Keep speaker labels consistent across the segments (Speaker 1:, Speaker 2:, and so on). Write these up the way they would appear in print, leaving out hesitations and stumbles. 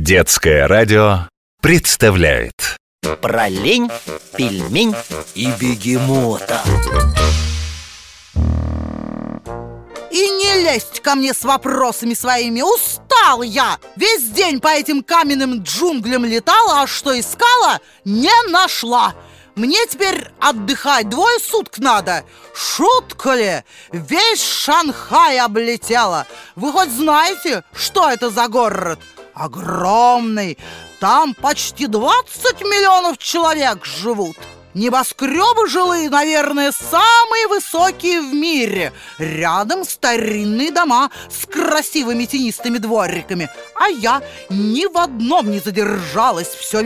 Speaker 1: Детское радио представляет
Speaker 2: Про лень, пельмень и бегемота.
Speaker 3: И не лезть ко мне с вопросами своими. Устал я. Весь день по этим каменным джунглям летала, а что искала, не нашла. Мне теперь отдыхать 2 суток надо. Шутка ли? Весь Шанхай облетела. Вы хоть знаете, что это за город? Огромный. Там почти 20 миллионов человек живут. Небоскребы жилые, наверное, самые высокие в мире. Рядом старинные дома с красивыми тенистыми двориками. А я ни в одном не задержалась. Все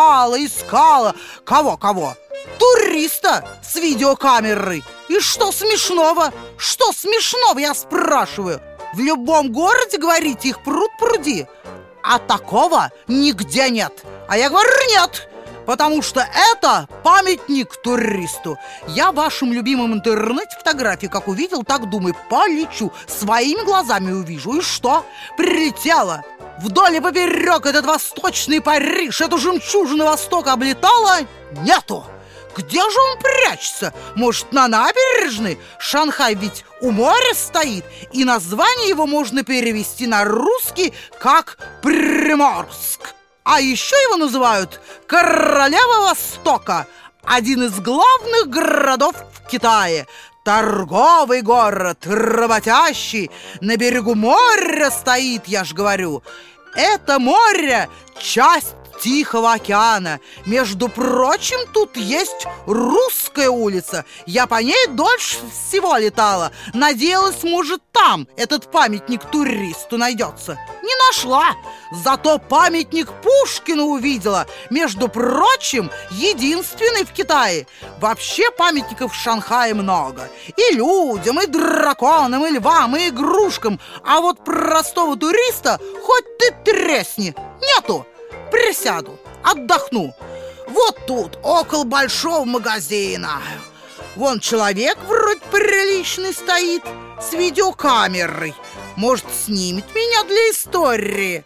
Speaker 3: искала. Кого? Туриста с видеокамерой. И что смешного? Что смешного, я спрашиваю? В любом городе, говорите, их пруд-пруди. А такого нигде нет. А я говорю, нет. Потому что это памятник туристу. Я в вашем любимом интернете фотографии как увидел, так думаю, полечу. Своими глазами увижу. И что? Прилетела. Вдоль и поперек этот восточный Париж, эту жемчужину Востока облетала. Нету. Где же он прячется? Может, на набережной? Шанхай ведь у моря стоит. И название его можно перевести на русский как Приморск. А еще его называют Королева Востока. Один из главных городов в Китае. Торговый город, работящий. На берегу моря стоит, я ж говорю. Это море – часть Тихого океана. Между прочим, тут есть Русская улица. Я по ней дольше всего летала. Надеялась, может, там этот памятник туристу найдется. Не нашла. Зато памятник Пушкину увидела. Между прочим, единственный в Китае. Вообще памятников в Шанхае много. И людям, и драконам, и львам, и игрушкам. А вот простого туриста хоть ты тресни. Нету. Присяду, отдохну. Вот тут, около большого магазина. Вон человек вроде приличный стоит, с видеокамерой. Может, снимет меня для истории.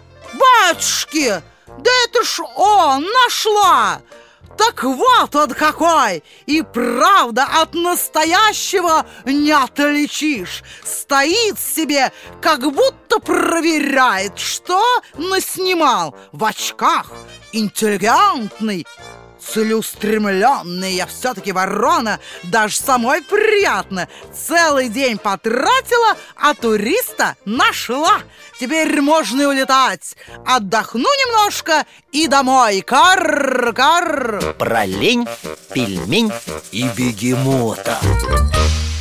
Speaker 3: Батюшки, да это ж он, нашла! Так вот он какой! И правда, от настоящего не отличишь. Стоит себе, как будто проверяет, что наснимал. В очках, интеллигентный, целеустремленный. Я все-таки ворона, даже самой приятно. Целый день потратила, а туриста нашла. Теперь можно и улетать. Отдохну немножко и домой. Кар-кар.
Speaker 2: Про лень, пельмень и бегемота.